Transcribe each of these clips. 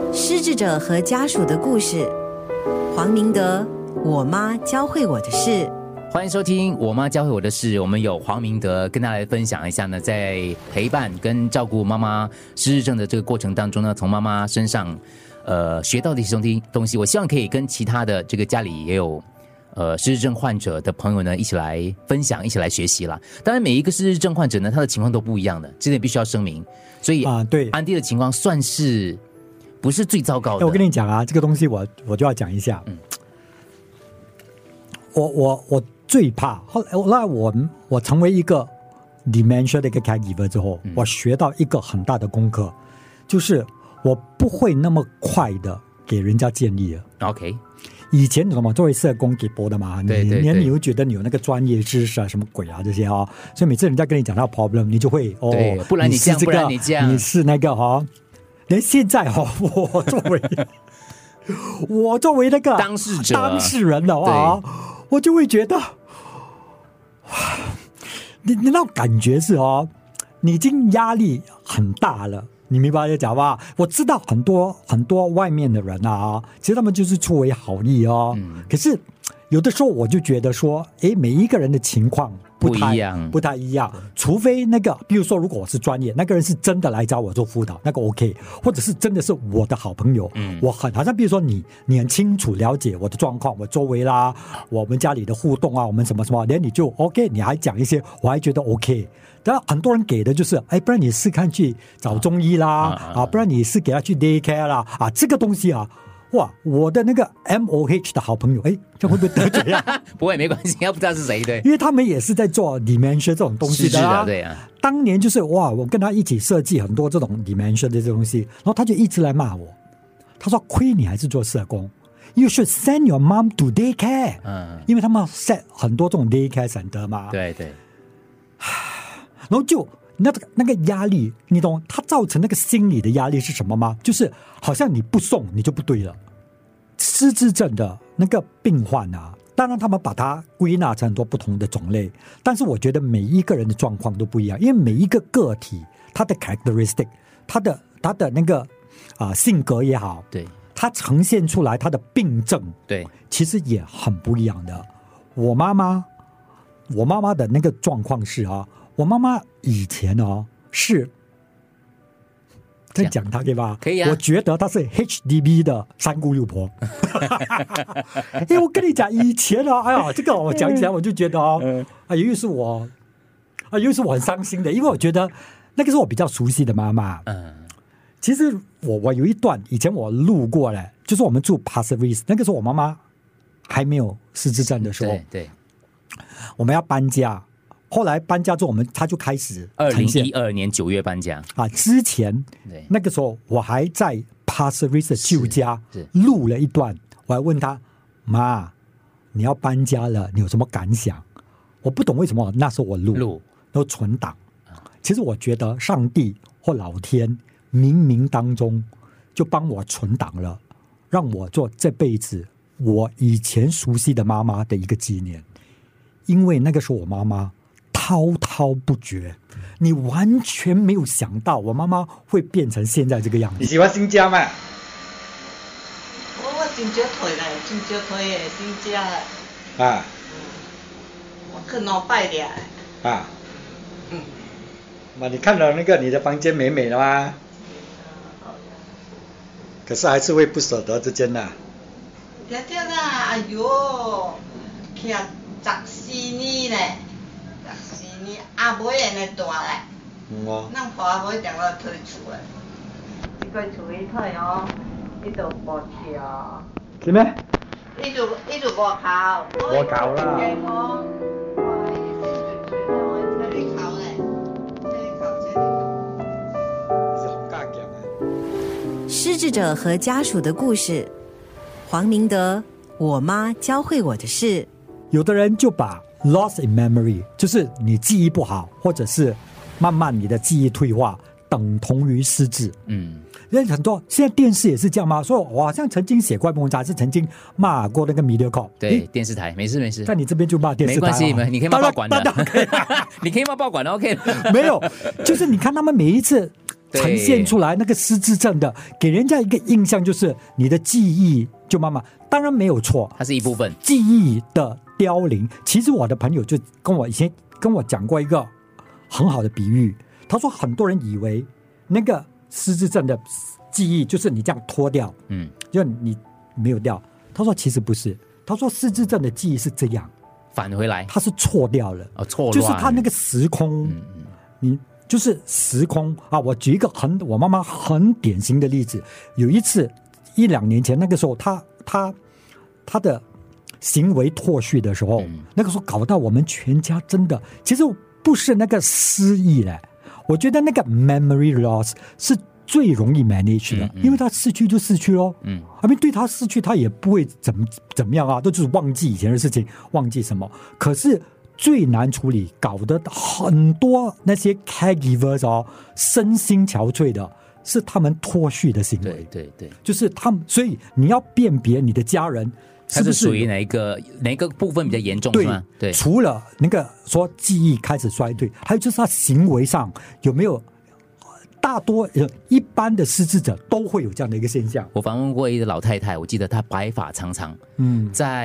失智者和家属的故事，黄明德，我妈教会我的事。 欢迎收听我妈教会我的事，我们有黄明德跟大家来分享一下呢，在陪伴跟照顾妈妈失智症的这个过程当中呢，从妈妈身上学到的一些东西，我希望可以跟其他的这个家里也有失智症患者的朋友呢一起来分享，一起来学习啦。当然每一个失智症患者呢，他的情况都不一样的，这点必须要声明。所以对安迪的情况算是不是最糟糕的。 我跟你讲啊，这个东西我就要讲一下。我最怕后来我成为一个 dementia 的一个 caregiver 之后，我学到一个很大的功课，就是我不会那么快的给人家建议了。 OK， 以前你知道吗？作为社工给播的嘛，你会觉得你有那个专业知识啊，什么鬼啊这些啊，所以每次人家跟你讲到 problem， 你就会对，不然你这样，不然你这样， 你是那个哈。连现在哈，我作为那个当事人的话，我就会觉得，你那种感觉是哦，你已经压力很大了。你明白我讲吧？我知道很多外面的人啊，其实他们就是出于好意哦。可是有的时候我就觉得说，每一个人的情况不太一样，除非那个，比如说，如果我是专业，那个人是真的来找我做辅导，那个 OK， 或者是真的是我的好朋友，我好像比如说你很清楚了解我的状况，我周围啦，我们家里的互动啊，我们什么什么，连你就 OK， 你还讲一些，我还觉得 OK。但很多人给的就是，不然你试看去找中医啦，不然你是给他去 daycare 啦，这个东西啊。哇，我的那个 MOH 的好朋友，这会不会得罪啊？ 不会，没关系，要不知道是谁，对， 因为他们也是在做 dementia 这种东西的啊。 对啊。 当年就是哇，我跟他一起设计很多这种 dementia 的这东西，然后他就一直来骂我，他说：“亏你还是做社工 ，You should send your mom to daycare。”因为他们 set 很多这种 daycare center 嘛。 对对。 然后就。那个压力，你懂？它造成那个心理的压力是什么吗？就是好像你不送你就不对了。失智症的那个病患啊，当然他们把它归纳成很多不同的种类，但是我觉得每一个人的状况都不一样，因为每一个个体他的 characteristic， 他的那个性格也好， 对， 他呈现出来他的病症， 对， 其实也很不一样的。我妈妈的那个状况是啊。我妈妈以前是在讲她对吧？ 可以啊。 我觉得她是 HDB 的三姑六婆。因为我跟你讲，以前这个我讲起来我就觉得又是我很伤心的，因为我觉得那个是我比较熟悉的妈妈。其实我有一段以前我路过了，就是我们住 Pasir Ris， 那个时候我妈妈还没有失智症的时候， 对， 我们要搬家。后来搬家之后，他就开始 2012年9月搬家之前那个时候我还在 Pasir Ris 的旧家录了一段，我还问他：“妈，你要搬家了，你有什么感想？”我不懂为什么那时候我录，然后存档。其实我觉得上帝或老天冥冥当中就帮我存档了，让我做这辈子我以前熟悉的妈妈的一个纪念。因为那个时候我妈妈滔滔不绝，你完全没有想到我妈妈会变成现在这个样子。 你喜欢新家吗？ 我真少退来，真少退的新家啊。 我去2摆了。 啊。你看到那个你的房间美美的吗？可是还是会不舍得这间呐。 对啦，哎呦，徛14年嘞。14年阿妹安尼大嘞，咱婆阿妹定要退厝诶，这个厝伊退伊就无跳。 是咩？ 伊就外口。 外口啦。 失智者和家属的故事，黄明德，我妈教会我的事。 有的人就把loss in memory， 就是你记忆不好，或者是慢慢你的记忆退化，等同于失智。因为很多现在电视也是这样嘛，所以我好像曾经写过一篇文章，是曾经骂过那个 Mediacorp。 对，电视台没事， 在你这边就骂电视台， 没关系，你可以骂报馆的，你可以骂报馆的 ，OK。 没有，就是你看他们每一次呈现出来那个失智症的，给人家一个印象就是你的记忆就慢慢，当然没有错， 它是一部分记忆的凋零。其实我的朋友就以前跟我讲过一个很好的比喻，他说很多人以为那个失智症的记忆就是你这样脱掉，就你没有掉。他说其实不是，他说失智症的记忆是这样返回来， 它是错掉了， 错乱， 就是他那个时空，你就是时空啊。我举一个我妈妈很典型的例子，有一次1-2年前，那个时候她的行为脱序的时候，那个时候搞到我们全家真的，其实不是那个失忆嘞，我觉得那个 memory loss 是最容易 manage 的，因为他失去就失去咯，对他失去他也不会怎么样啊，都就是忘记以前的事情，忘记什么。可是最难处理，搞得很多那些 caregivers 身心憔悴的，是他们脱序的行为。 对， 就是他们，所以你要辨别你的家人是不是属于哪一个部分比较严重，是吗？对， 除了那个说记忆开始衰退，还有就是他行为上有没有。大多一般的失智者都会有这样的一个现象。 我访问过一个老太太，我记得她白发苍苍，在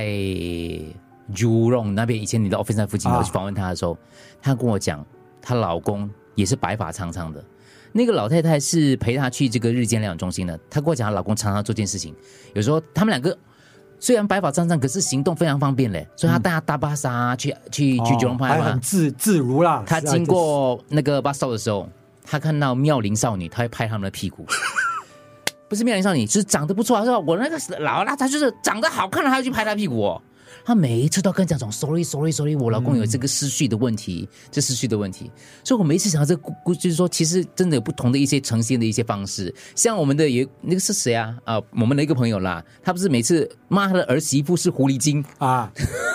Jurong 那边，以前你的 office 附近，我去访问她的时候，她跟我讲，她老公也是白发苍苍的。那个老太太是陪她去这个日间疗养中心的，她跟我讲，她老公常常做件事情，有时候他们两个虽然白发苍苍，可是行动非常方便嘞，所以她带她搭巴士去 Jurong 还很自如啦。 她经过那个 bus stop 的时候。他看到妙龄少女，他会拍他们的屁股，不是妙龄少女，是长得不错。他说我那个老啦，他就是长得好看了，他要去拍他屁股哦。他每一次都跟讲说 sorry， 我老公有这个失序的问题，所以我每一次想到这个故事，就是说，其实真的有不同的一些呈现的一些方式。像我们的那个是谁啊？我们的一个朋友啦，他不是每次骂他的儿媳妇是狐狸精啊？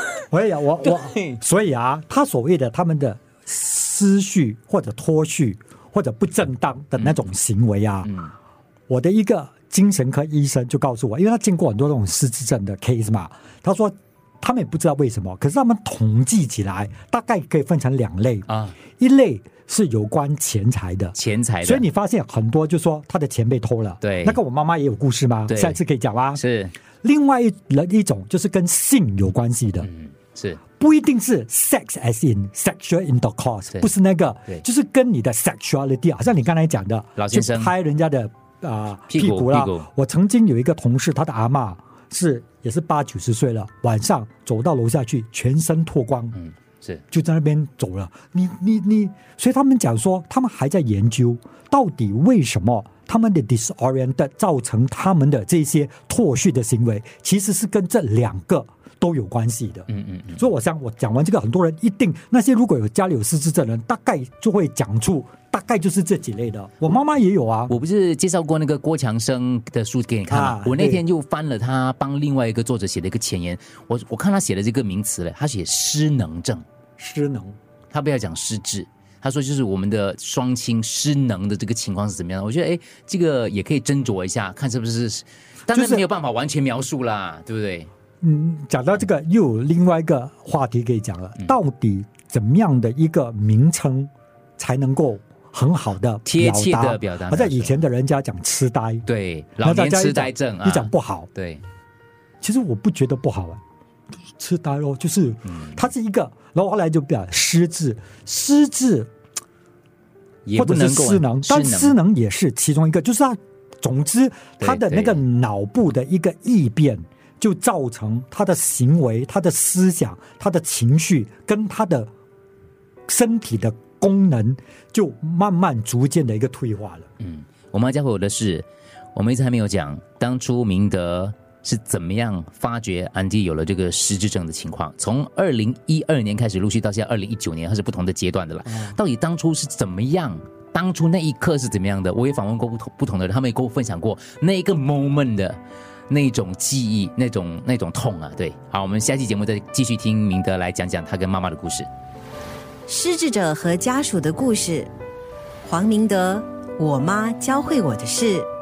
所以啊，他所谓的他们的失序或者脱序。或者不正当的那种行为啊，我的一个精神科医生就告诉我，因为他见过很多这种失智症的 case 嘛，他说他们也不知道为什么，可是他们统计起来大概可以分成2类啊，一类是有关钱财的，所以你发现很多就说他的钱被偷了，对，那个我妈妈也有故事吗？下一次可以讲吗？ 是。 另外一种就是跟性有关系的， 是。 不一定是 sex as in sexual intercourse， 不是那个，就是跟你的 sexuality， 好像你刚才讲的， 老先生就拍人家的屁股啦。我曾经有一个同事，他的阿嬷也是80-90岁了，晚上走到楼下去，全身脱光， 是就在那边走了。所以他们讲说，他们还在研究到底为什么他们的 disorient 造成他们的这些脱序的行为，其实是跟这2个。都有关系的，所以我想我讲完这个，很多人一定那些如果有家里有失智症的人，大概就会讲出大概就是这几类的。我妈妈也有啊， 我不是介绍过那个郭强生的书给你看吗？我那天就翻了他帮另外一个作者写的一个前言，我看他写的这个名词嘞，他写失能症，他不要讲失智。他说就是我们的双亲失能的这个情况是怎么样的，我觉得这个也可以斟酌一下，看是不是，当然没有办法完全描述啦，对不对？ 讲到这个又有另外一个话题可以讲了，到底怎么样的一个名称才能够很好的贴切的表达？ 在以前的人家讲痴呆， 对，老年痴呆症你讲不好， 对， 其实我不觉得不好啊，痴呆咯，就是它是一个，然后后来就表失智或者是失能，但失能也是其中一个，就是它总之它的那个脑部的一个异变。就造成他的行为、他的思想、他的情绪跟他的身体的功能，就慢慢逐渐的一个退化了。 我妈教会我的是，我们一直还没有讲，当初明德是怎么样发觉安迪有了这个失智症的情况。从2012年开始陆续到现在2019年，它是不同的阶段的了。到底当初是怎么样？当初那一刻是怎么样的？我也访问过不同的人，他们也跟我分享过那一个 moment 的。那种记忆，那种痛啊，对，好，我们下期节目再继续听明德来讲讲他跟妈妈的故事。 失智者和家属的故事，黄明德，我妈教会我的事。